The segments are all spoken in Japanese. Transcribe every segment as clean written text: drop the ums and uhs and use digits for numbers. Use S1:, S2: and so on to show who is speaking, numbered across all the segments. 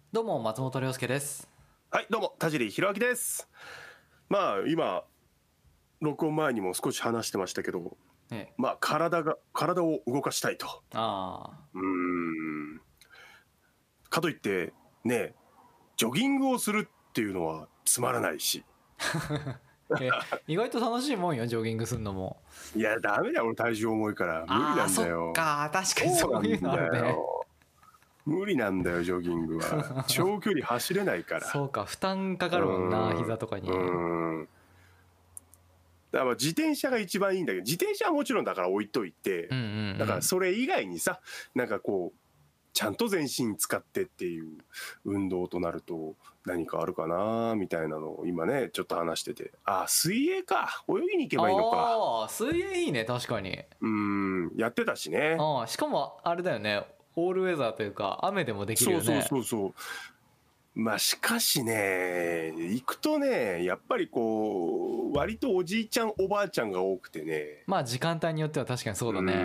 S1: どうも松本涼介です。
S2: はい、どうも田尻弘明です。まあ今録音前にも少し話してましたけど、まあ体を動かしたいと。かといってね、ジョギングをするっていうのはつまらないし
S1: 意外と楽しいもんよ、ジョギングするのも。
S2: いやダメだよ、俺体重重いから無理なんだよ。
S1: そっか、確かにそういうのあるね。
S2: 無理なんだよジョギングは。長距離走れないから
S1: そうか、負担かかるもんな、膝とかに。
S2: だから自転車が一番いいんだけど、自転車はもちろんだから置いといて、だからそれ以外にさ、なんかこうちゃんと全身使ってっていう運動となると何かあるかなみたいなのを今ねちょっと話してて、水泳か、泳ぎに行けばいいのか。
S1: 水泳いいね、確かに。
S2: やってたしね。
S1: しかもあれだよね、オールウェザーというか雨でもできるよね。
S2: そうまあしかしね、行くとねやっぱりこう割とおじいちゃんおばあちゃんが多くてね、
S1: まあ時間帯によっては確かにそうだね。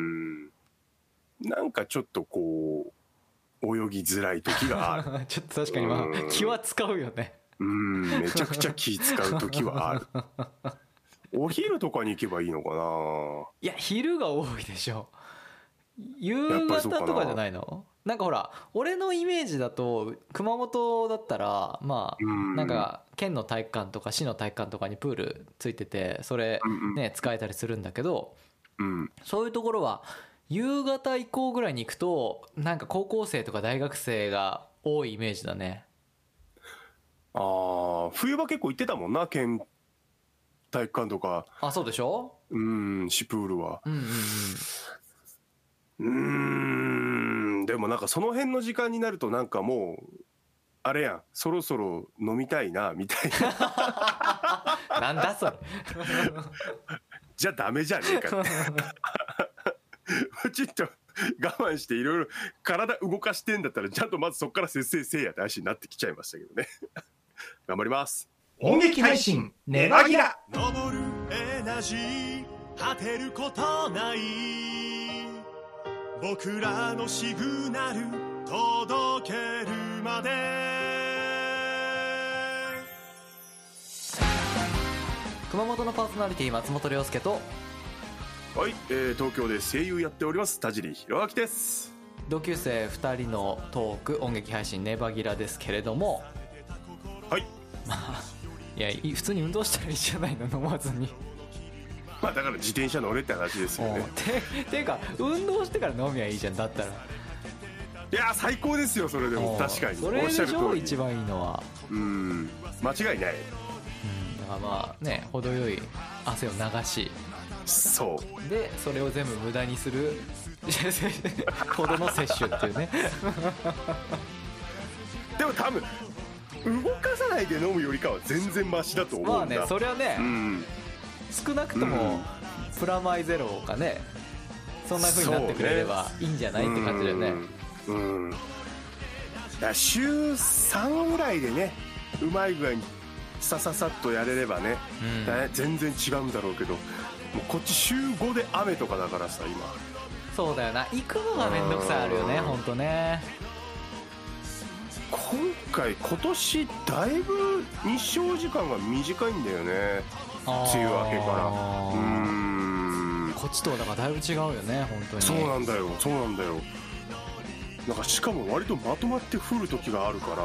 S2: なんかちょっとこう泳ぎづらい時がある。
S1: ちょっと確かにまあ気は使うよね。
S2: めちゃくちゃ気使う時はある。お昼とかに行けばいいのかな。
S1: いや昼が多いでしょ。夕方とかじゃないの？なんかほら俺のイメージだと熊本だったらまあなんか県の体育館とか市の体育館とかにプールついててそれね使えたりするんだけど、そういうところは夕方以降ぐらいに行くとなんか高校生とか大学生が多いイメージだね。
S2: 冬場結構行ってたもんな、県体育館とか。
S1: そうでしょ。
S2: シプールは。でもなんかその辺の時間になるとなんかもうあれやん、そろそろ飲みたいなみたい
S1: な。なんだそれ。
S2: じゃあダメじゃねえかって。ちょっと我慢していろいろ体動かしてんだったらちゃんとまずそこから節制せいやって話になってきちゃいましたけどね。頑張ります。
S3: 音劇配信ネバギラ。
S4: 昇るエナジー果てることない、僕らのシグナル届けるまで。
S1: 熊本のパーソナリティ松本涼介と、
S2: はい、東京で声優やっております田尻弘明です。
S1: 同級生2人のトーク音劇配信ネバギラですけれども、
S2: はい
S1: いや普通に運動したらいいじゃないの、飲まずに。
S2: まあだから自転車乗れって話ですよね。
S1: ていうか運動してから飲みゃいいじゃん、だったら。い
S2: や最高ですよそれでも。確かに
S1: それでしょ一番いいのは。
S2: 間違いない。
S1: だからまあね、程よい汗を流し、
S2: そう
S1: でそれを全部無駄にするほどの摂取っていうね。
S2: でも多分動かさないで飲むよりかは全然マシだと思うんだ。
S1: まあね、それはね、少なくともプラマイゼロかね、そんな風になってくれればいいんじゃないって感じだよね。
S2: だから週3ぐらいでねうまい具合にさっとやれればね、全然違うんだろうけど、もうこっち週5で雨とかだからさ今。
S1: そうだよな、行くのがめんどくさいあるよね、ほんとね。
S2: 今年だいぶ日照時間が短いんだよね、梅雨明けから。
S1: こっちとはだからだいぶ違うよね、本当に。
S2: そうなんだよ。なんかしかも割とまとまって降る時があるから。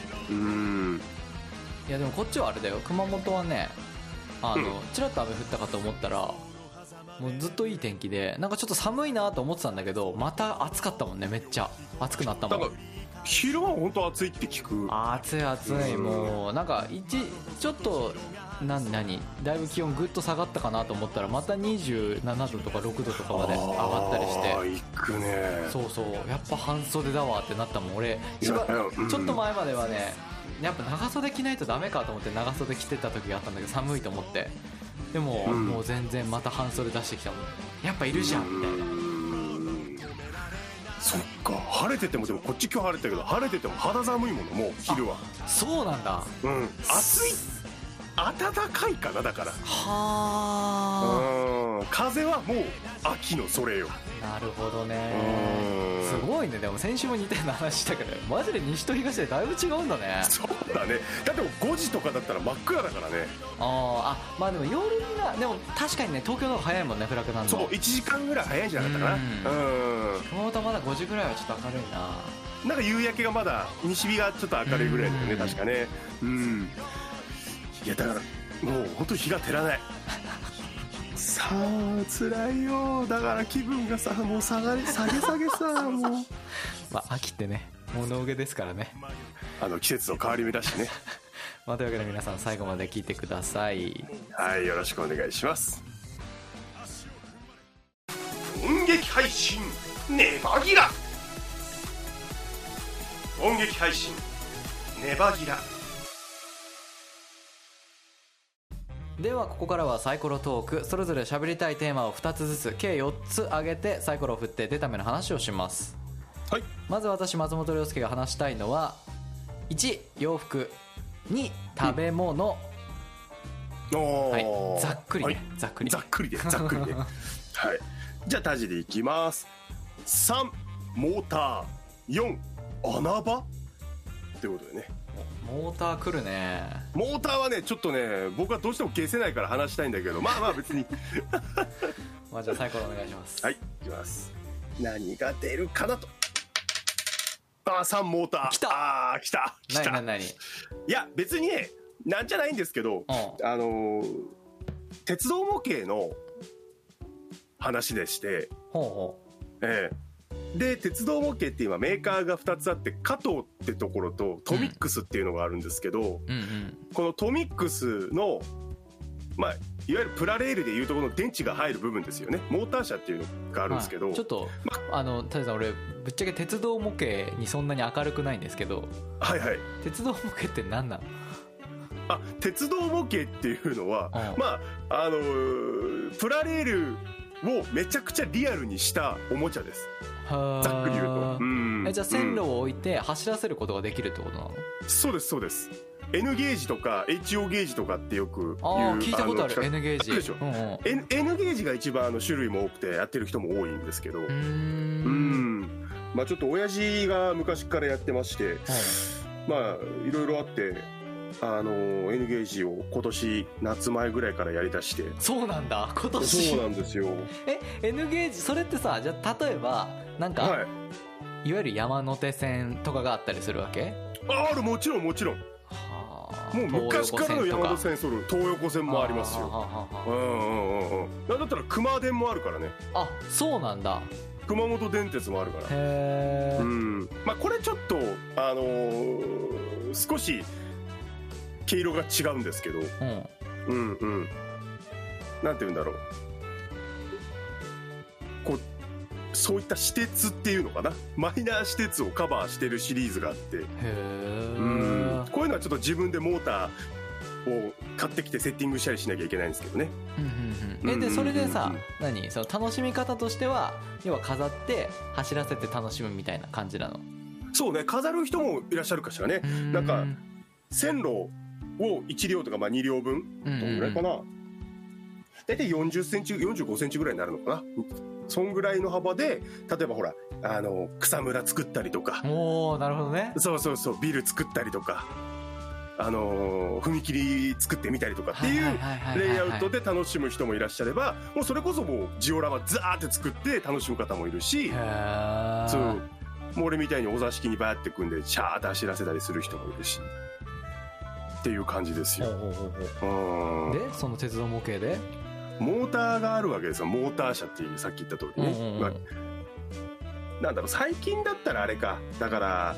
S1: いやでもこっちはあれだよ、熊本はね、ちらっと雨降ったかと思ったらもうずっといい天気で、なんかちょっと寒いなと思ってたんだけど、また暑かったもんね、めっちゃ暑くなったもん。
S2: なんか昼は本当暑いって聞く。
S1: 暑い、もうなんかちょっとだいぶ気温ぐっと下がったかなと思ったらまた27度とか6度とかまで上がったりして。
S2: 行くね。
S1: そうやっぱ半袖だわってなったもん俺。ちょっと前まではね、やっぱ長袖着ないとダメかと思って長袖着てた時があったんだけど、寒いと思って。でも、もう全然また半袖出してきたもん。やっぱいるじゃんみたいな。
S2: そっか、晴れてても、でもこっち今日晴れてたけど晴れてても肌寒いもの、もう昼は。
S1: そうなんだ。
S2: 暑い暖かいかな。だから
S1: は
S2: 風はもう秋のそれよ。
S1: なるほどね。すごいね。でも先週も似たような話したからマジで西と東でだいぶ違うんだね。
S2: そうだね。だっても5時とかだったら真っ暗だからね。
S1: まあでも夜がでも確かにね、東京の方が早いもんね、暗くなるの。
S2: そう1時間ぐらい早いんじゃなかったかな。
S1: 熊本はまだ5時ぐらいはちょっと明るいな。
S2: なんか夕焼けがまだ西日がちょっと明るいぐらいだよね、確かね。いやだからもう本当に日が照らないさあ辛いよ。だから気分がさもう下げさもう
S1: まあ秋ってねもう農芸ですからね、
S2: 季節の変わり目だしね
S1: というわけで皆さん最後まで聞いてください。
S2: はい、よろしくお願いします。音劇配信ネバギラ。音劇配信ネバギラ。
S1: ではここからはサイコロトーク。それぞれ喋りたいテーマを2つずつ計4つ挙げてサイコロを振って出た目の話をします。
S2: はい。
S1: まず私松本涼介が話したいのは1洋服、2食べ物、はい、ざっくりね、はい、ざっくり
S2: ではい。じゃあタジでいきます。3モーター、4穴場ってことでね。
S1: モーター来るね。
S2: モーターはねちょっとね僕はどうしても消せないから話したいんだけど、まあ別に
S1: まあじゃあサイコロお願いします。
S2: はい、いきます。何が出るかなと。3モーター。来た。
S1: 何
S2: いや別にねなんじゃないんですけど、鉄道模型の話でして、で鉄道模型って今メーカーが2つあって、加藤ってところとトミックスっていうのがあるんですけど、このトミックスのまあいわゆるプラレールでいうところの電池が入る部分ですよね。モーター車っていうのがあるんですけど、
S1: ちょっとタジさん俺ぶっちゃけ鉄道模型にそんなに明るくないんですけど、
S2: はいはい、
S1: 鉄道模型って何なの？
S2: 鉄道模型っていうのは、プラレールをめちゃくちゃリアルにしたおもちゃです。ざっくり言うと。
S1: じゃあ線路を置いて走らせることができるってことなの？
S2: そうですそうです。N ゲージとか HO ゲージとかってよく言う。
S1: 聞いたことある。N ゲージ
S2: でしょ。N ゲージが一番種類も多くてやってる人も多いんですけど、まあちょっと親父が昔からやってまして、まあいろいろあってN ゲージを今年夏前ぐらいからやりだして。
S1: そうなんだ、今年。
S2: そうなんですよ。
S1: N ゲージそれってさ、じゃあ例えばなんか、いわゆる山手線とかがあったりするわけ？
S2: ある、もちろんもう昔からの山手線ソル、東横線もありますよ。なんだったら熊電もあるからね。
S1: そうなんだ。
S2: 熊本電鉄もあるから。まあこれちょっと少し毛色が違うんですけど、なんて言うんだろう、こうそういった私鉄っていうのかな、マイナー私鉄をカバーしてるシリーズがあって、こういうのはちょっと自分でモーターを買ってきてセッティングしたりしなきゃいけないんですけどね。
S1: でそれでさ、その楽しみ方としては要は飾って走らせて楽しむみたいな感じなの？そうね、飾る人もいらっしゃるかしらね。なんか線路を1両とか2両分どんぐらいかな、だいたい40センチ45センチぐらいになるのかな。そんぐらいの幅で、例えばほら草むら作ったりとか。なるほどね。そうビル作ったりとか踏切作ってみたりとかっていうレイアウトで楽しむ人もいらっしゃれば、もうそれこそもうジオラマザーって作って楽しむ方もいるし、そうもう俺みたいにお座敷にバーって組んでシャーって走らせたりする人もいるしっていう感じですよ。でその鉄道模型でモーターがあるわけですよ。モーター車っていう、さっき言った通りね、なんだろう、最近だったらあれか、だから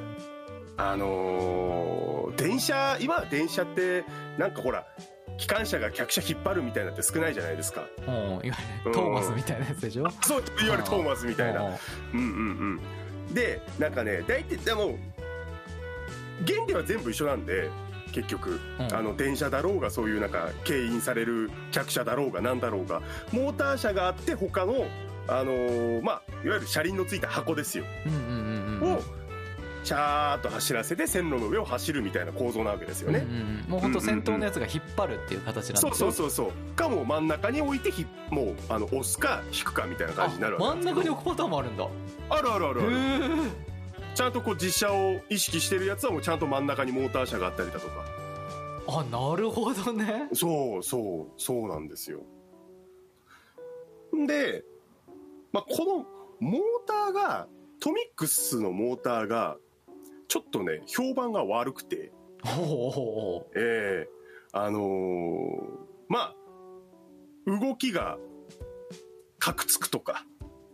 S1: 電車、今は電車ってなんかほら機関車が客車引っ張るみたいなって少ないじゃないですか。いわゆるトーマスみたいなやつでしょ。そう、いわゆるトーマスみたいな。でなんかね、大体でも原理は全部一緒なんで、結局電車だろうが、そういうなんか牽引される客車だろうがなんだろうが、モーター車があって他のいわゆる車輪のついた箱ですよ、を
S2: シャーッと走らせて線路の上を走るみたいな構造なわけですよね、
S1: もう本当先頭のやつが引っ張るっていう形なんですよ。
S2: そうかも真ん中に置いてもう押すか引くかみたいな感じになるわけ
S1: 真ん中に置くパターンもあるんだ。
S2: あるちゃんとこう実車を意識してるやつはもうちゃんと真ん中にモーター車があったりだとか。
S1: あ、なるほどね。
S2: そうなんですよ。で、このモーターがトミックスのモーターがちょっとね評判が悪くて、動きがカクつくとか、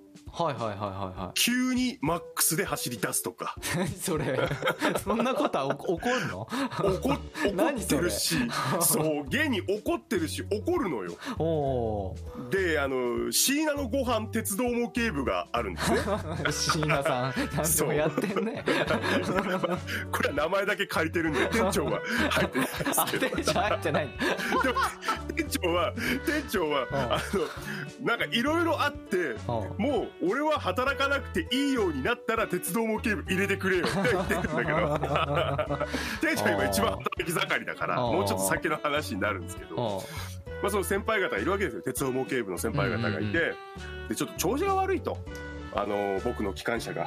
S2: 急にマックスで走り出すとか。
S1: 何それそんなことは起こるの？
S2: 怒ってるしそう現に怒ってるし怒るのよ。で椎名のご飯鉄道模型部があるんですね。
S1: 椎名さん何でもやってんね。
S2: これは名前だけ借りてるんで店長は入ってないですけど。
S1: 店長入ってない。
S2: でも店長はなんかいろいろあってもう俺は働かなくていいようになったら鉄道模型部入れてくれよって言ってるんだけど店長今一番働き盛りだからもうちょっと先の話になるんですけど、その先輩方がいるわけですよ。鉄道模型部の先輩方がいて、でちょっと調子が悪いと僕の機関車が。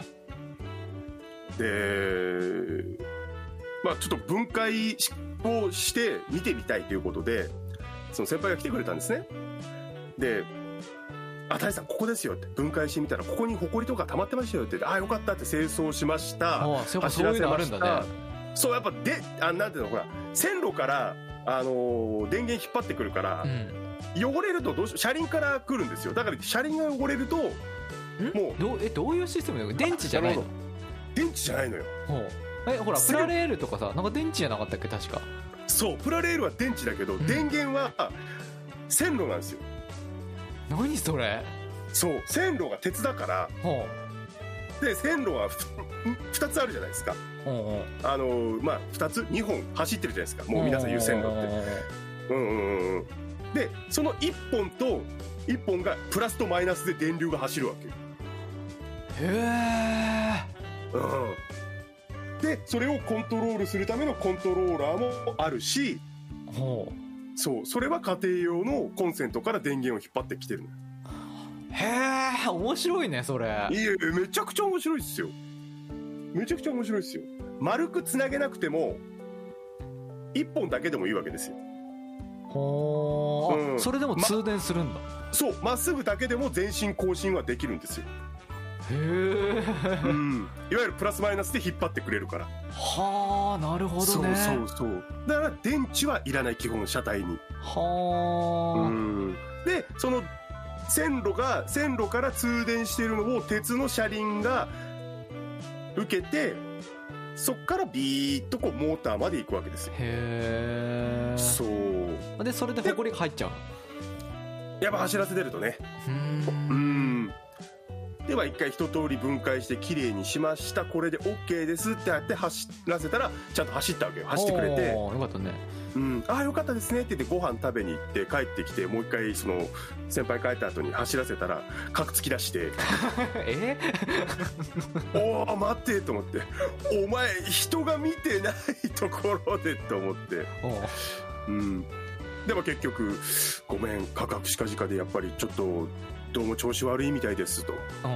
S2: でちょっと分解をして見てみたいということでその先輩が来てくれたんですね。で谷さんここですよって分解してみたらここにホコリとか溜まってましたよってよかったって清掃しました。
S1: 走らせました。
S2: そうやっぱなんていうのほら線路から電源引っ張ってくるから、汚れるとどうしよう車輪から来るんですよ。だから車輪が汚れるとも
S1: うどういうシステムだよ。電池じゃないの？
S2: 電池じゃないのよ。
S1: ほらプラレールとかさなんか電池じゃなかったっけ確か。
S2: そうプラレールは電池だけど、電源は線路なんですよ。
S1: 何それ。
S2: そう線路が鉄だからで線路は2つあるじゃないですか。2つ2本走ってるじゃないですかもう皆さん言う線路って。でその1本と1本がプラスとマイナスで電流が走るわけ。でそれをコントロールするためのコントローラーもあるし、それは家庭用のコンセントから電源を引っ張ってきてるの。
S1: へえ面白いねそれ。
S2: めちゃくちゃ面白いですよ。めちゃくちゃ面白いですよ。丸くつなげなくても1本だけでもいいわけですよ。
S1: それでも通電するんだ。
S2: そうまっすぐだけでも前進後進はできるんですよ。
S1: へえ、
S2: いわゆるプラスマイナスで引っ張ってくれるから。
S1: はあなるほどね。
S2: そうだから電池はいらない基本車体に。でその線路から通電しているのを鉄の車輪が受けてそっからビーッとこうモーターまで行くわけですよ。
S1: へえ。そうでそれでホコリが入っちゃう。
S2: やっぱ走らせてるとね。では一回一通り分解してきれいにしました。これで OK ですってやって走らせたらちゃんと走ったわけよ。走ってくれて
S1: よかったね。
S2: よかったですねって言ってご飯食べに行って帰ってきてもう一回その先輩帰った後に走らせたらカクつき出してお待ってと思ってお前人が見てないところでと思ってでも結局ごめん価格しかじかでやっぱりちょっとどうも調子悪いみたいですと。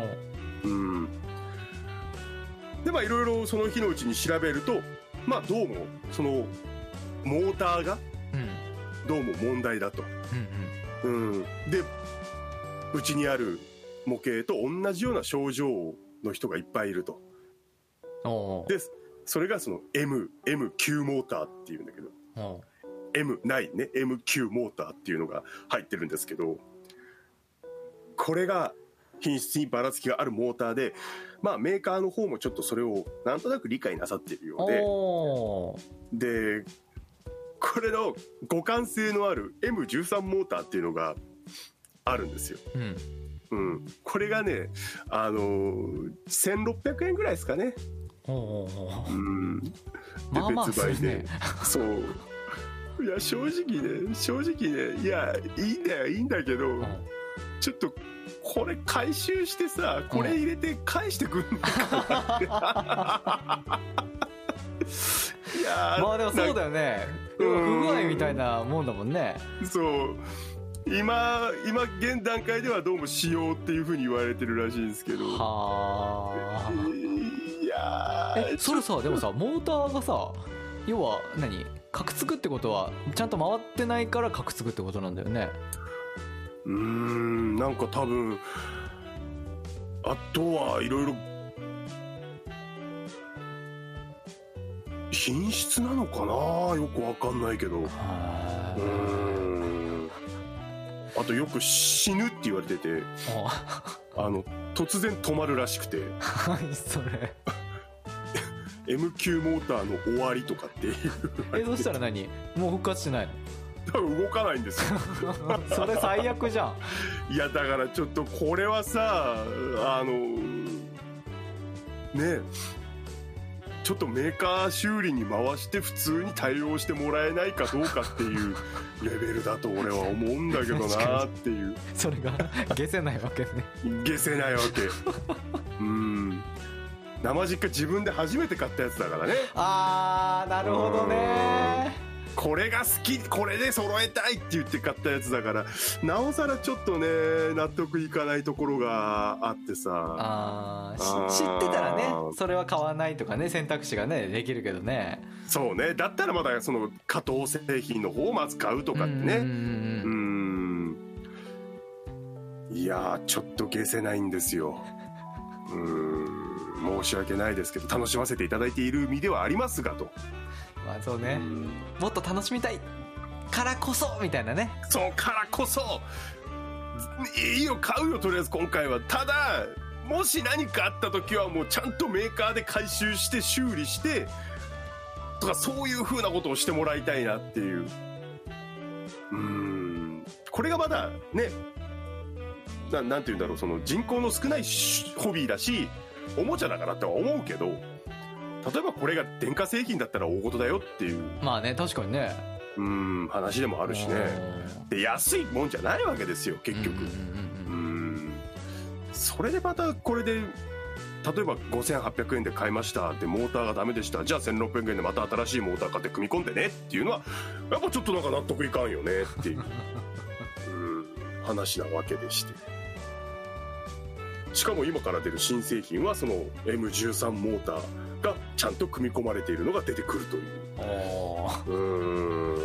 S2: でいろいろその日のうちに調べるとどうもそのモーターがどうも問題だと。でうちにある模型と同じような症状の人がいっぱいいると。でそれがその MQ モーターっていうんだけど M ないね MQ モーターっていうのが入ってるんですけどこれが品質にばらつきがあるモーターでメーカーの方もちょっとそれをなんとなく理解なさっているようでこれの互換性のある M13 モーターっていうのがあるんですよ。これがね1600円ぐらいですかね。別売でそういや正直ねいやいいんだけどちょっとこれ回収してさ、これ入れて返してくんのかなっていや
S1: まあでもそうだよね、不具合みたいなもんだもんね。
S2: そう今現段階ではどうも使用っていう風に言われてるらしいんですけど。
S1: はあ。
S2: いや
S1: それさ、でもさモーターがさ、要は何、カクつくってことはちゃんと回ってないからカクつくってことなんだよね。
S2: なんか多分あとはいろいろ品質なのかな、よくわかんないけど。あとよく死ぬって言われてて突然止まるらしくて
S1: 何それ
S2: M 級モーターの終わりとかっていう
S1: そしたら何、もう復活しないの？
S2: 多分動かないんですよ
S1: それ最悪じゃん。
S2: いやだからちょっとこれはさね、ちょっとメーカー修理に回して普通に対応してもらえないかどうかっていうレベルだと俺は思うんだけどなっていう
S1: それが消せないわけね。
S2: 消せないわけ生実家自分で初めて買ったやつだからね。
S1: あーなるほどね。
S2: これが好き、これで揃えたいって言って買ったやつだから、なおさらちょっとね納得いかないところがあってさ。
S1: 知ってたらねそれは買わないとかね、選択肢がねできるけどね。
S2: そうね、だったらまだその加藤製品の方をまず買うとかってね。いやーちょっと消せないんですよ。申し訳ないですけど楽しませていただいている身ではありますがと。
S1: まあそうね、もっと楽しみたいからこそみたいなね。
S2: そうからこそいいよ、買うよとりあえず今回は。ただもし何かあった時はもうちゃんとメーカーで回収して修理してとか、そういう風なことをしてもらいたいなっていう。これがまだね、なんていうんだろう、その人口の少ないホビーだしおもちゃだからとは思うけど、例えばこれが電化製品だったら大事だよっていう、
S1: まあね確かにね、
S2: 話でもあるしね。で安いもんじゃないわけですよ結局。それでまたこれで例えば5800円で買いましたってモーターがダメでした、じゃあ1600円でまた新しいモーター買って組み込んでねっていうのはやっぱちょっとなんか納得いかんよねっていう話なわけでして、しかも今から出る新製品はその M13 モーターがちゃんと組み込まれているのが出てくるという。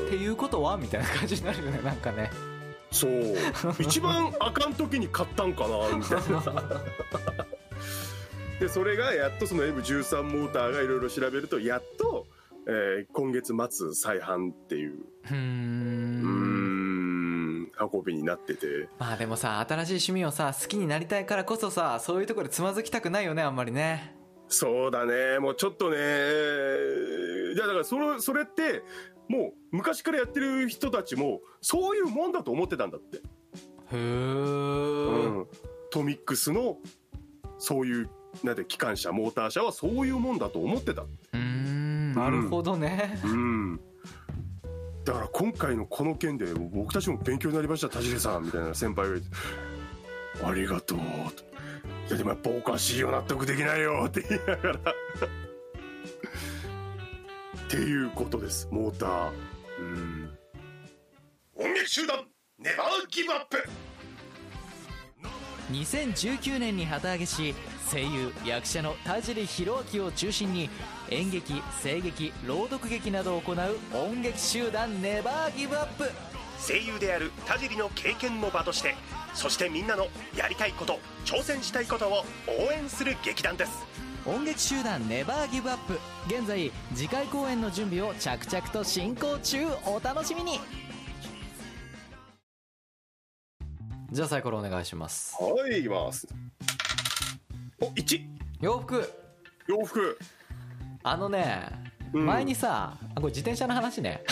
S1: っていうことはみたいな感じになるよね、なんかね。
S2: そう一番あかん時に買ったんかなみたいなでそれがやっとその M13 モーターがいろいろ調べるとやっと、今月末再販っていう運びになってて。ま
S1: あでもさ、新しい趣味をさ好きになりたいからこそさ、そういうところでつまずきたくないよね、あんまりね。
S2: そうだね、もうちょっとね、じゃあだからそれってもう昔からやってる人たちもそういうもんだと思ってたんだって。
S1: へー、
S2: トミックスのそういうなんて機関車モーター車はそういうもんだと思ってた。
S1: なるほどね。
S2: だから今回のこの件で僕たちも勉強になりました、田尻さんみたいな先輩がいて、ありがとうと。いやでもやっぱおかしいよ、納得できないよって言いながらっていうことです、モーター。音楽集団ネバーギブアップ。
S5: 2019年に旗揚げし、声優役者の田尻弘明を中心に演劇、声劇、朗読劇などを行う音劇集団ネバーギブアップ。
S2: 声優である田尻の経験の場として、そしてみんなのやりたいこと、挑戦したいことを応援する劇団です。
S5: 音劇集団ネバーギブアップ、現在次回公演の準備を着々と進行中。お楽しみに。
S1: じゃあサイコロお願いします。
S2: はい、いきます。お、1。
S1: 洋服。
S2: あの
S1: ね、前にさ、これ自転車の話ね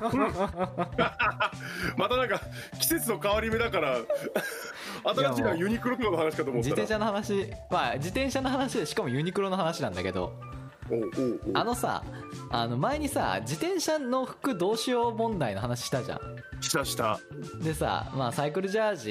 S2: またなんか季節の変わり目だから新しいのはユニクロとかの話かと思ったら、
S1: 自転車の話、まあ自転車の話で、しかもユニクロの話なんだけど、さ、前にさ自転車の服どうしよう問題の話したじゃん。
S2: した。
S1: でさ、まあサイクルジャージ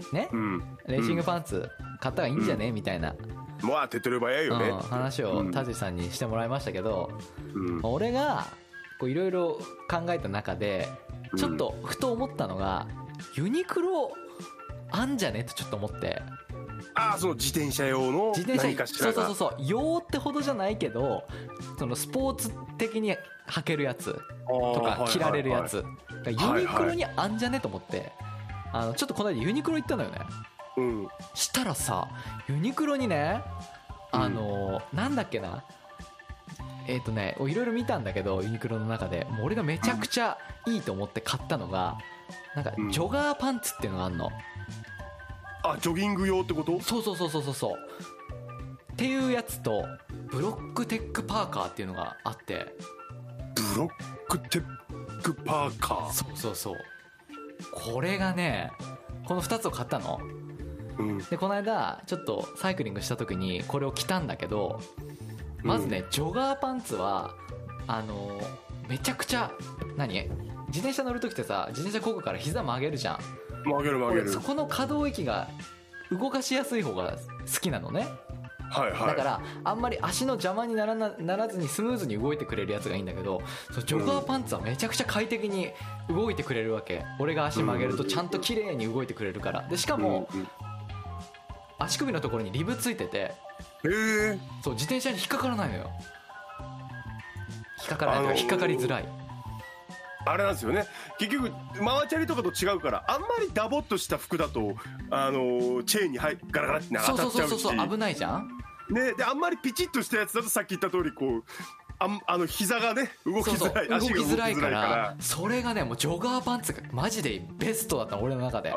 S1: ね、レーシングパンツ買った方がいいんじゃねみたいな、
S2: まあ手っ取り早いよね、
S1: 話を田尻さんにしてもらいましたけど、俺がいろいろ考えた中でちょっとふと思ったのが、ユニクロあんじゃねってちょっと思って。
S2: その自転車用の何かしらが、
S1: そう用ってほどじゃないけど、そのスポーツ的に履けるやつとか着られるやつ、ユニクロにあんじゃねと思って、ちょっとこの間ユニクロ行ったのよね。したらさ、ユニクロにね、なんだっけな、いろいろ見たんだけど、ユニクロの中でもう俺がめちゃくちゃいいと思って買ったのが、なんかジョガーパンツっていうのがあんの。
S2: ジョギング用ってこと？
S1: そうっていうやつと、ブロックテックパーカーっていうのがあって。
S2: ブロックテックパーカー、
S1: そうこれがね、この2つを買ったの。でこの間ちょっとサイクリングした時にこれを着たんだけど、まずね、ジョガーパンツはめちゃくちゃ自転車乗る時ってさ、自転車こぐから膝曲げるじゃん。
S2: 曲げる。
S1: そこの可動域が動かしやすい方が好きなのね。だからあんまり足の邪魔にならずにスムーズに動いてくれるやつがいいんだけど、ジョガーパンツはめちゃくちゃ快適に動いてくれるわけ。俺が足曲げるとちゃんと綺麗に動いてくれるから。でしかも足首のところにリブついてて、そう自転車に引っかからないのよ。引っかからないというか引っかかりづらい。
S2: あれなんですよね、結局ママチャリとかと違うから、あんまりダボっとした服だとチェーンにガラガラって当たっちゃうし、
S1: そう危ないじゃん
S2: ね。であんまりピチッとしたやつだとさっき言った通り膝がね動きづらい、足が動きづらいから、
S1: それがね、もうジョガーパンツがマジでベストだったの俺の中で。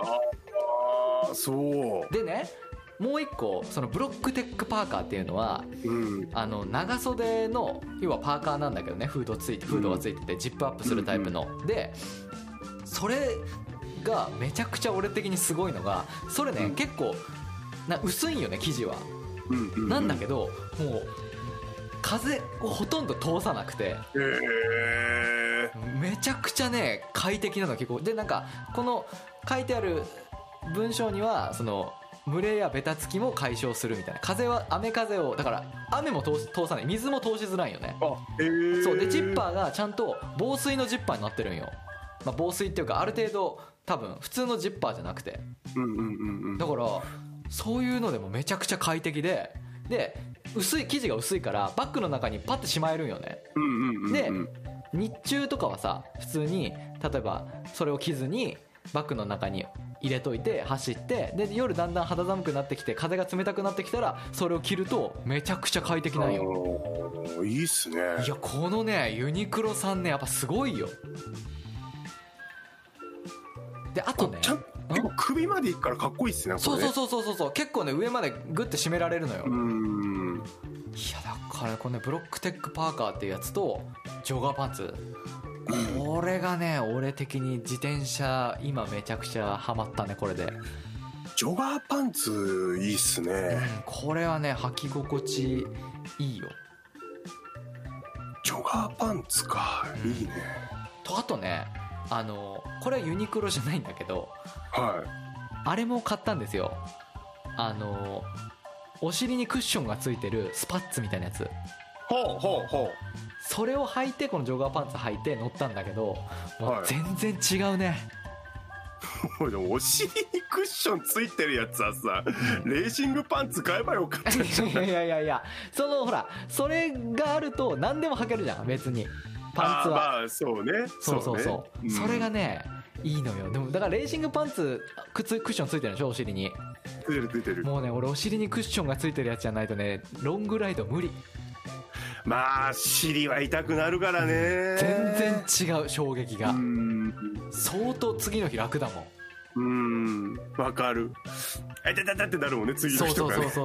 S2: そう
S1: でね、もう一個そのブロックテックパーカーっていうのは、長袖の要はパーカーなんだけどね、フードがついててジップアップするタイプの、でそれがめちゃくちゃ俺的にすごいのが、それね、結構薄いんよね生地は、なんだけどもう風をほとんど通さなくて、めちゃくちゃね快適なの結構で、なんかこの書いてある文章にはその蒸れやベタつきも解消するみたいな、風は雨風をだから雨も通さない、水も通しづらいよね。そうでジッパーがちゃんと防水のジッパーになってるんよ。防水っていうかある程度多分普通のジッパーじゃなくて、だからそういうのでもめちゃくちゃ快適で生地が薄いからバッグの中にパッてしまえるんよね。で日中とかはさ、普通に例えばそれを着ずにバッグの中に入れといて走って、で夜だんだん肌寒くなってきて風が冷たくなってきたらそれを着るとめちゃくちゃ快適なんよ。
S2: いいっすね。
S1: いやこのねユニクロさんねやっぱすごいよ。であとね
S2: 結構首までいくからかっこいいっすね。
S1: そう結構ね上までグッて締められるのよ。いやだからこのねブロックテックパーカーっていうやつとジョガーパンツ、これがね俺的に自転車今めちゃくちゃハマったねこれで。
S2: ジョガーパンツいいっすね、
S1: これはね履き心地いいよ。
S2: ジョガーパンツか、いいね。
S1: とあとねこれはユニクロじゃないんだけど、あれも買ったんですよ。お尻にクッションがついてるスパッツみたいなやつ。それを履いてこのジョガーパンツ履いて乗ったんだけど、もう全然違うね。
S2: でもお尻にクッションついてるやつはさ、レーシングパンツ買えばよかったじゃん。
S1: いやそのほらそれがあると何でも履けるじゃん別にパンツは。
S2: まあそうね。
S1: そう、それがねいいのよ。でもだからレーシングパンツクッションついてるでしょお尻に。
S2: ついてる。も
S1: うね俺お尻にクッションがついてるやつじゃないとねロングライド無理。
S2: まあ尻は痛くなるからね。
S1: 全然違う衝撃が。相当次の日楽だもん。
S2: わかる。痛ってなるもんね次の日とかね。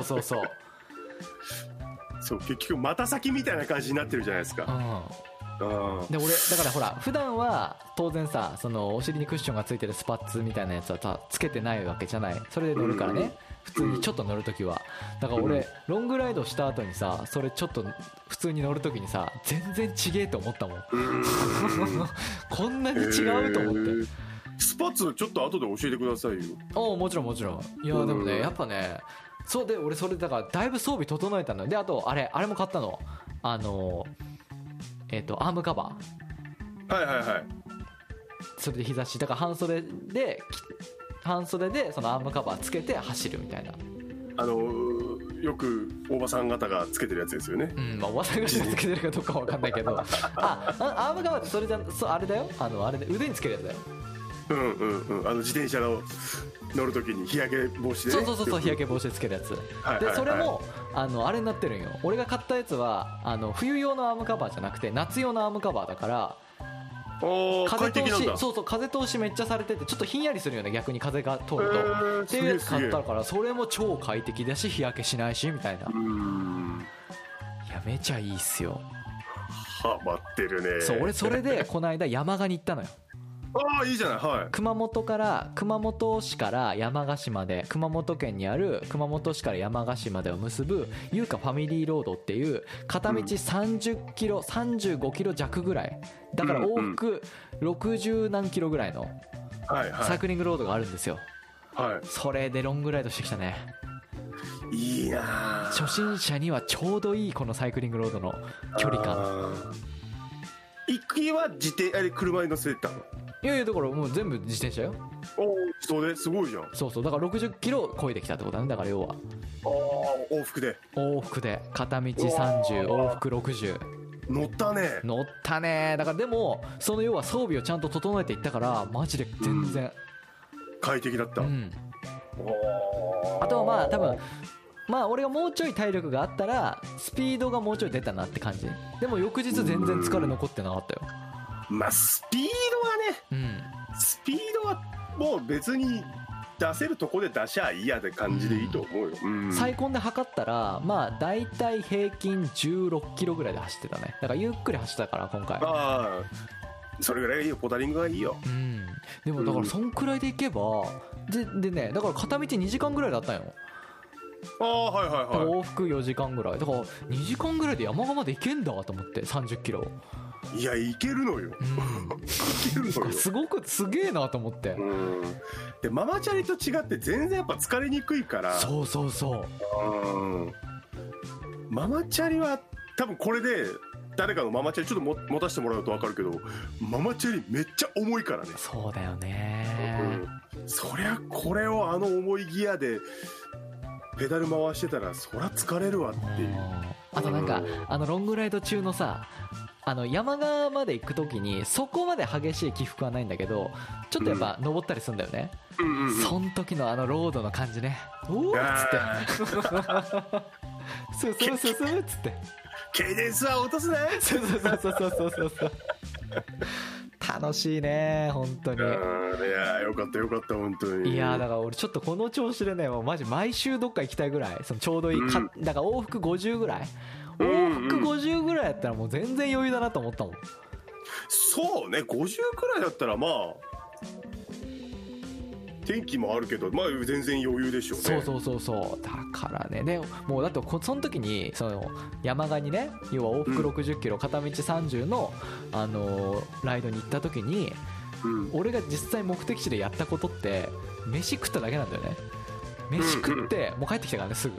S2: そう結局股先みたいな感じになってるじゃないですか。
S1: で俺だからほら普段は当然さそのお尻にクッションがついてるスパッツみたいなやつはつけてないわけじゃない。それで乗るからね、普通にちょっと乗るときは。だから俺ロングライドした後にさそれちょっと普通に乗るときにさ全然違えと思ったもん。こんなに違うと思って。
S2: スパッツちょっと後で教えてくださいよ。
S1: もちろんもちろん。いやでもねやっぱね、そうで俺それだからだいぶ装備整えたので、あとあれも買ったの、アームカバ
S2: ー、はいはいはい、
S1: それで日差しだから半袖でそのアームカバーつけて走るみたいな、
S2: よくおばさん方がつけてるやつですよね。
S1: まあおばさんがつけてるかどうかわかんないけどアームカバーってそれじゃあれだよ、あれで腕につけるやつだよ。
S2: 自転車の乗るときに日焼け防止で、ね、
S1: そう日焼け防止でつけるやつ、でそれもあれになってるんよ。俺が買ったやつは冬用のアームカバーじゃなくて夏用のアームカバーだから、風通し風通しめっちゃされててちょっとひんやりするよね、逆に風が通ると、っていうやつ買ったからそれも超快適だし日焼けしないしみたいな。いやめちゃいいっすよ。
S2: ハマってるね。
S1: そう俺それでこの間山鹿に行ったのよ。
S2: いいじゃない、はい、熊
S1: 本市から山鹿市まで、熊本県にある熊本市から山鹿市までを結ぶ優香ファミリーロードっていう片道30キロ、35キロ弱ぐらいだから往復60何キロぐらいのサイクリングロードがあるんですよ、それでロングライドしてきたね。
S2: いいな。
S1: 初心者にはちょうどいいこのサイクリングロードの距離感。
S2: 行きは車に乗せてたの？
S1: いやだからもう全部自転車よ。
S2: それすごいじゃん。
S1: そうだから60キロ超えてきたってことだね。だから要は
S2: 往復で
S1: 片道30往復60
S2: 乗ったね。だ
S1: からでもその要は装備をちゃんと整えていったからマジで全然、
S2: 快適だった、
S1: あとはまあ多分俺がもうちょい体力があったらスピードがもうちょい出たなって感じ。でも翌日全然疲れ残ってなかったよ。
S2: スピードはね、スピードはもう別に出せるとこで出しゃいいやって感じでいいと思うよ、
S1: 最高で測ったらだいたい平均16キロぐらいで走ってたね。だからゆっくり走ったから今回。
S2: それぐらいいいよ、ポタリングがいいよ。
S1: でもだからそんくらいでいけばでね、だから片道2時間ぐらいだったんよ。往復4時間ぐらいだから2時間ぐらいで山鹿まで行けんだと思って。30キロ、
S2: いや行けるのよ、行けるのよ。
S1: すげえなと思って、
S2: でママチャリと違って全然やっぱ疲れにくいから。
S1: そう
S2: ママチャリは多分これで誰かのママチャリちょっと持たせてもらうと分かるけど、ママチャリめっちゃ重いからね。
S1: そうだよね、
S2: そりゃこれを重いギアでペダル回してたらそりゃ疲れるわっていう。
S1: あとなんかロングライド中のさ山側まで行く時にそこまで激しい起伏はないんだけどちょっとやっぱ登ったりするんだよね、そん時のロードの感じね。おーっつってそうっつって
S2: ケイデンスは落とすね。
S1: そう楽しいね本当に。い
S2: やよかった本当に。
S1: いやだから俺ちょっとこの調子でねもうマジ毎週どっか行きたいぐらい、そのちょうどいいだから往復50ぐらい、往復50ぐらいやったらもう全然余裕だなと思ったもん。
S2: そうね、50くらいだったら天気もあるけど全然余裕でしょうね。
S1: そうだからね。でもうだってその時にその山鹿にね、要は往復60キロ片道30のライドに行った時に、俺が実際目的地でやったことって飯食っただけなんだよね。飯食ってもう帰ってきたからねすぐ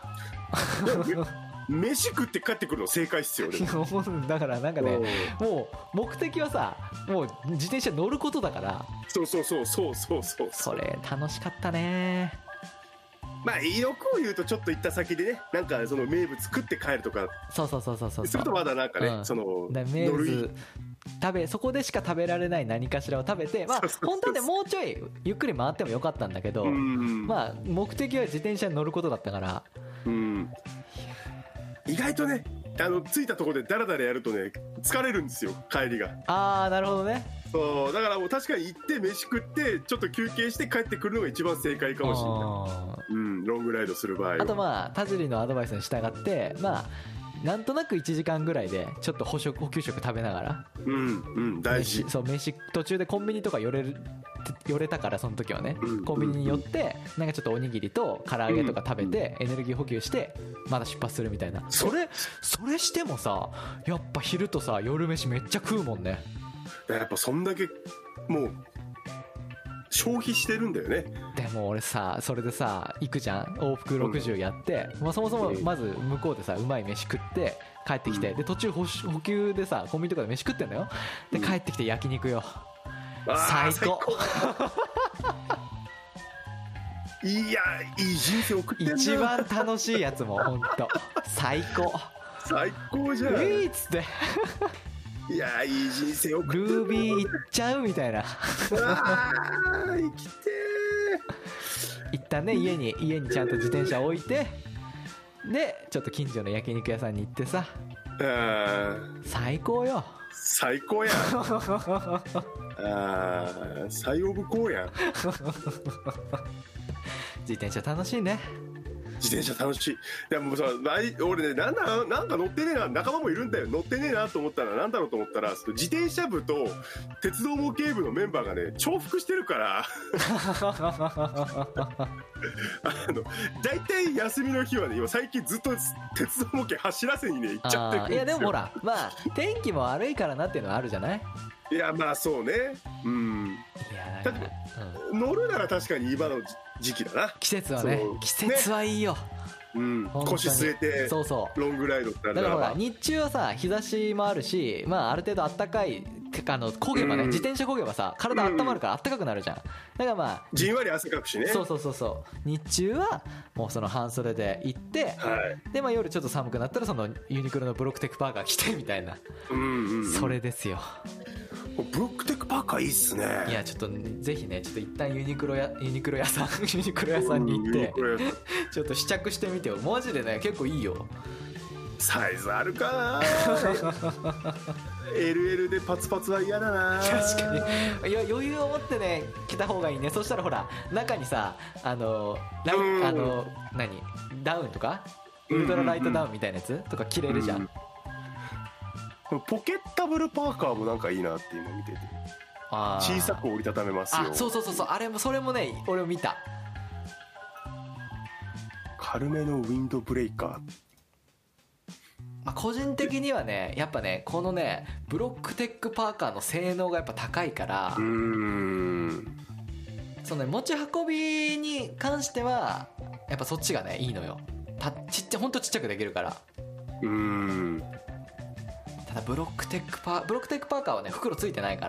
S2: 飯食って帰ってくるの正解っすよね。
S1: だからなんかねもう目的はさもう自転車乗ることだから。
S2: そう
S1: それ楽しかったね。
S2: 欲を言うとちょっと行った先でねなんかその名物食って帰るとか
S1: そう
S2: するとまだなんかね、その
S1: 名物そこでしか食べられない何かしらを食べて本当はねもうちょいゆっくり回ってもよかったんだけど目的は自転車に乗ることだったから。
S2: 意外とね着いたところでダラダラやるとね疲れるんですよ帰りが。
S1: なるほどね。
S2: そうだからもう確かに行って飯食ってちょっと休憩して帰ってくるのが一番正解かもしれない。ロングライドする場合は。あと
S1: 田尻のアドバイスに従ってなんとなく1時間ぐらいでちょっと補給食食べながら
S2: 大事。
S1: 飯途中でコンビニとか寄れたからその時はね、コンビニに寄ってなんかちょっとおにぎりと唐揚げとか食べてエネルギー補給してまた出発するみたいな。それしてもさやっぱ昼とさ夜飯めっちゃ食うもんね。
S2: やっぱそんだけもう消費してるんだよね。
S1: でも俺さそれでさ行くじゃん往復60やって、まあ、そもそもまず向こうでさうまい飯食って帰ってきて、で途中補給でさコンビニとかで飯食ってんだよ。で帰ってきて焼肉よ、最高
S2: いやいい人生送ってんな。
S1: 一番楽しいやつもほんと最高
S2: 最高じゃん。
S1: っつって
S2: いやいい人生送ってんな。
S1: ルービー行っちゃうみたいな
S2: 生きて
S1: 一旦ね家にちゃんと自転車置いて、でちょっと近所の焼肉屋さんに行ってさ、最高よ。
S2: 最高や最オブコーやん
S1: 自転車楽しいね。
S2: 自転車楽しい。でもさ俺ねなんか乗ってねえな、仲間もいるんだよ、乗ってねえなと思ったらなんだろうと思ったら自転車部と鉄道模型部のメンバーがね重複してるからだいたい休みの日はね今最近ずっと鉄道模型走らせにね行っちゃってるんですよ。
S1: いやでもほらまあ天気も悪いからなっていうのはあるじゃない。
S2: いやまあそうね、
S1: いやだから、
S2: 乗るなら確かに今の時期だな。
S1: 季節はね、季節はいいよ、
S2: 腰据えて
S1: そうそう
S2: ロングライドってなる
S1: だからほら日中はさ日差しもあるし、まあある程度あったかい焦げばね、自転車焦げばさ体温まるからあったかくなるじゃん。だからまあ
S2: じんわり汗かくしね。
S1: そう日中はもうその半袖で行って、でまあ夜ちょっと寒くなったらそのユニクロのブロックテックパーカー着てみたいな、それですよ。
S2: ブロックテックパーカーいいっすね。
S1: いやちょっとぜひねちょっと一旦ユニクロ屋さんに行ってちょっと試着してみてよ。マジでね結構いいよ。
S2: サイズあるかなLL でパツパツは嫌だな。
S1: 確かに。いや余裕を持ってね着た方がいいね。そしたらほら中にさ何ダウンとかウルトラライトダウンみたいなやつとか着れるじゃん。
S2: ポケッタブルパーカーもなんかいいなって今見てて、小さく折りたためますよ。
S1: そうあれもそれもね俺も見た。
S2: 軽めのウィンドブレイカー。
S1: 個人的にはねやっぱねこのねブロックテックパーカーの性能がやっぱ高いから、そのね持ち運びに関してはやっぱそっちがねいいのよ。ほんとちっちゃくできるから。ただブロックテックパーカーはね袋ついてないから。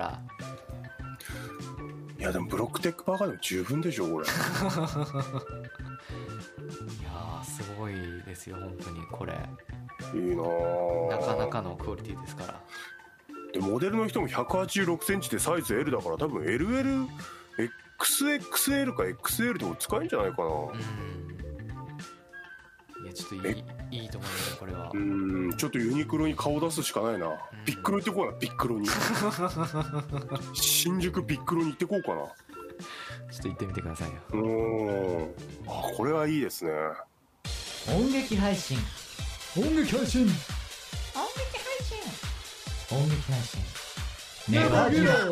S2: いやでもブロックテックパーカーでも十分でしょこれいや
S1: すごいですよ本当にこれ。
S2: いいな
S1: なかなかのクオリティですから。
S2: でモデルの人も186センチでサイズ L だから多分 LL、XXL か XL でも使えるんじゃないかな。
S1: いやちょっといいと思いますよこれは。
S2: ちょっとユニクロに顔出すしかないな。ビックロ行ってこうかな。ビックロに新宿ビックロに行ってこうかな。
S1: ちょっと行ってみてくださいよ。
S2: これはいいですね。
S5: 音劇配信
S3: ネバギラ。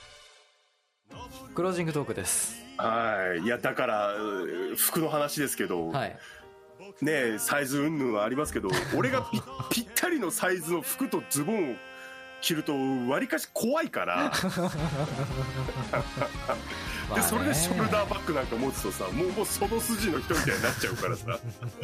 S1: クロージングトークです。
S2: いやだから服の話ですけど、ねサイズ云々はありますけど俺がぴったりのサイズの服とズボンを着るとわりかし怖いからでそれでショルダーバッグなんか持つとさもうその筋の人みたいになっちゃうからさ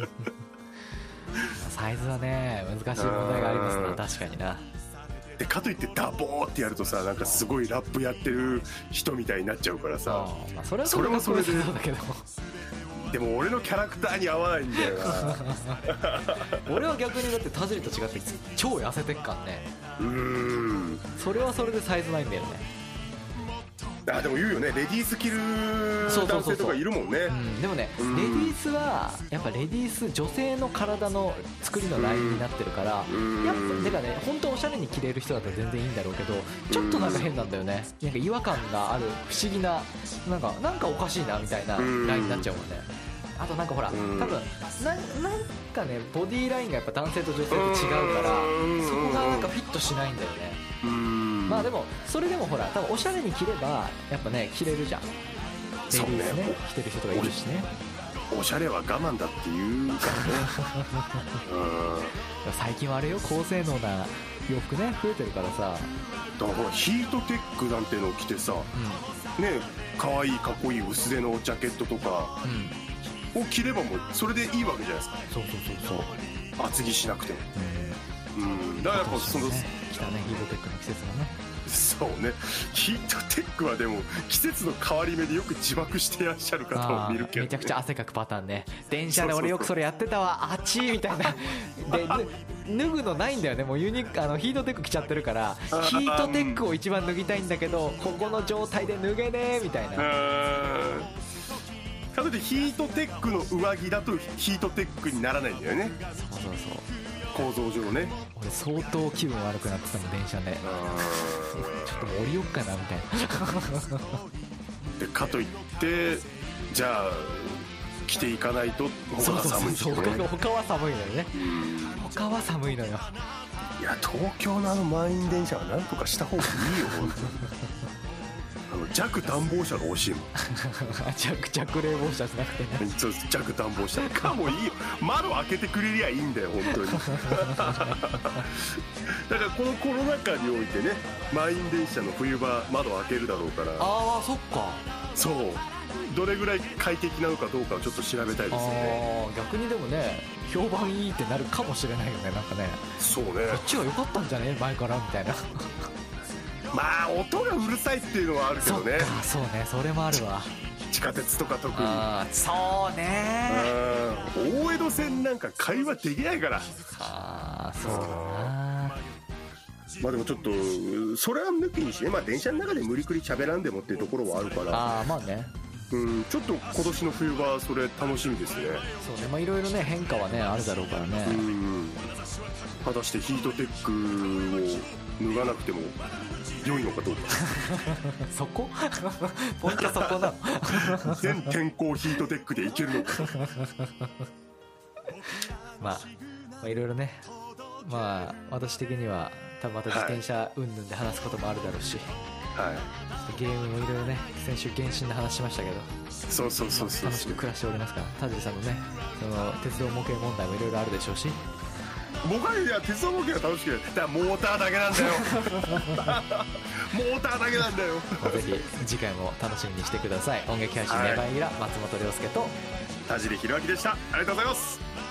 S1: サイズはね難しい問題がありますな。確かにな。
S2: でかといってダボーってやるとさなんかすごいラップやってる人みたいになっちゃうからさ、
S1: それもそれでだけど
S2: でも俺のキャラクターに合わないんだよな
S1: 俺は逆にだって田尻と違って超痩せてっからね。それはそれでサイズないんだよね。
S2: でも言うよねレディース着る男性とかいるもんね。
S1: でもねレディースはやっぱレディース女性の体の作りのラインになってるから、やっぱだからね本当おしゃれに着れる人だったら全然いいんだろうけどちょっとなんか変なんだよね。なんか違和感がある不思議ななんかおかしいなみたいなラインになっちゃうもんね。あとなんかほら多分なんかねボディーラインがやっぱ男性と女性と違うからそこがなんかフィットしないんだよね。まあでもそれでもほら多分おしゃれに着ればやっぱね着れるじゃん。レディースね着てる人がいるしね。
S2: おしゃれは我慢だって言うからね
S1: 最近はあれよ高性能な洋服ね増えてるからさ、
S2: だからヒートテックなんてのを着てさ、ね、可愛いかっこいい薄手のジャケットとかを着ればもうそれでいいわけじゃないですか。
S1: そう
S2: 厚着しなくても、だからやっぱその、
S1: 来たねヒートテックの季節がね。
S2: そうね、ヒートテックはでも季節の変わり目でよく自爆してらっしゃる方を見るけど、ね、
S1: めちゃくちゃ汗かくパターンね。電車で俺よくそれやってたわ、あっちみたいなで脱ぐのないんだよね、もうヒートテック着ちゃってるから、ヒートテックを一番脱ぎたいんだけどここの状態で脱げねえみたいな。
S2: かといってヒートテックの上着だとヒートテックにならないんだよね。
S1: そう
S2: 構造上ね。
S1: 俺相当気分悪くなってたもん電車でちょっともう降りよっかなみたいな
S2: でかといってじゃあ着ていかないと他は寒いし、ね、
S1: 他は寒いのよね。他は寒いのよ。
S2: いや東京の満員電車はなんとかした方がいいよ本当に弱暖房車が欲しいもん
S1: 弱冷房車じゃなくてね
S2: 弱暖房車かもいいよ。窓開けてくれりゃいいんだよ本当にだからこのコロナ禍においてね満員電車の冬場窓開けるだろうから、
S1: ああそっか、
S2: そうどれぐらい快適なのかどうかをちょっと調べたいですよね。
S1: 逆にでもね評判いいってなるかもしれないよね。なんかね
S2: そうね、
S1: こっちは良かったんじゃね前からみたいな
S2: まあ音がうるさいっていうのはあるけどね。
S1: そうね、それもあるわ。
S2: 地下鉄とか特に。
S1: そうね、
S2: 大江戸線なんか会話できないから。
S1: そうだな。
S2: まあでもちょっとそれは抜きにしてね、まあ電車の中で無理くり喋らんでもっていうところはあるから、
S1: まあね、
S2: ちょっと今年の冬はそれ楽しみですね。
S1: そうね、まあいろいろね変化はねあるだろうからね。
S2: 果たしてヒートテックを脱がなくても良いのかどうか
S1: そこポイントそこなの
S2: 全天候ヒートテックでいけるのか
S1: まあいろいろね、まあ私的には多分また自転車云々で話すこともあるだろうし、はい、ゲームもいろいろね先週原神の話しましたけど、
S2: そう
S1: 楽しく暮らしておりますから、田尻さんのねその鉄道模型問題もいろいろあるでしょうし、
S2: 僕は鉄道模型が楽しくて、だからモーターだけなんだよモーターだけなんだよ
S1: ぜひ次回も楽しみにしてください。音劇配信ネバーギラ、松本涼介と
S2: 田尻弘明でした。ありがとうございます。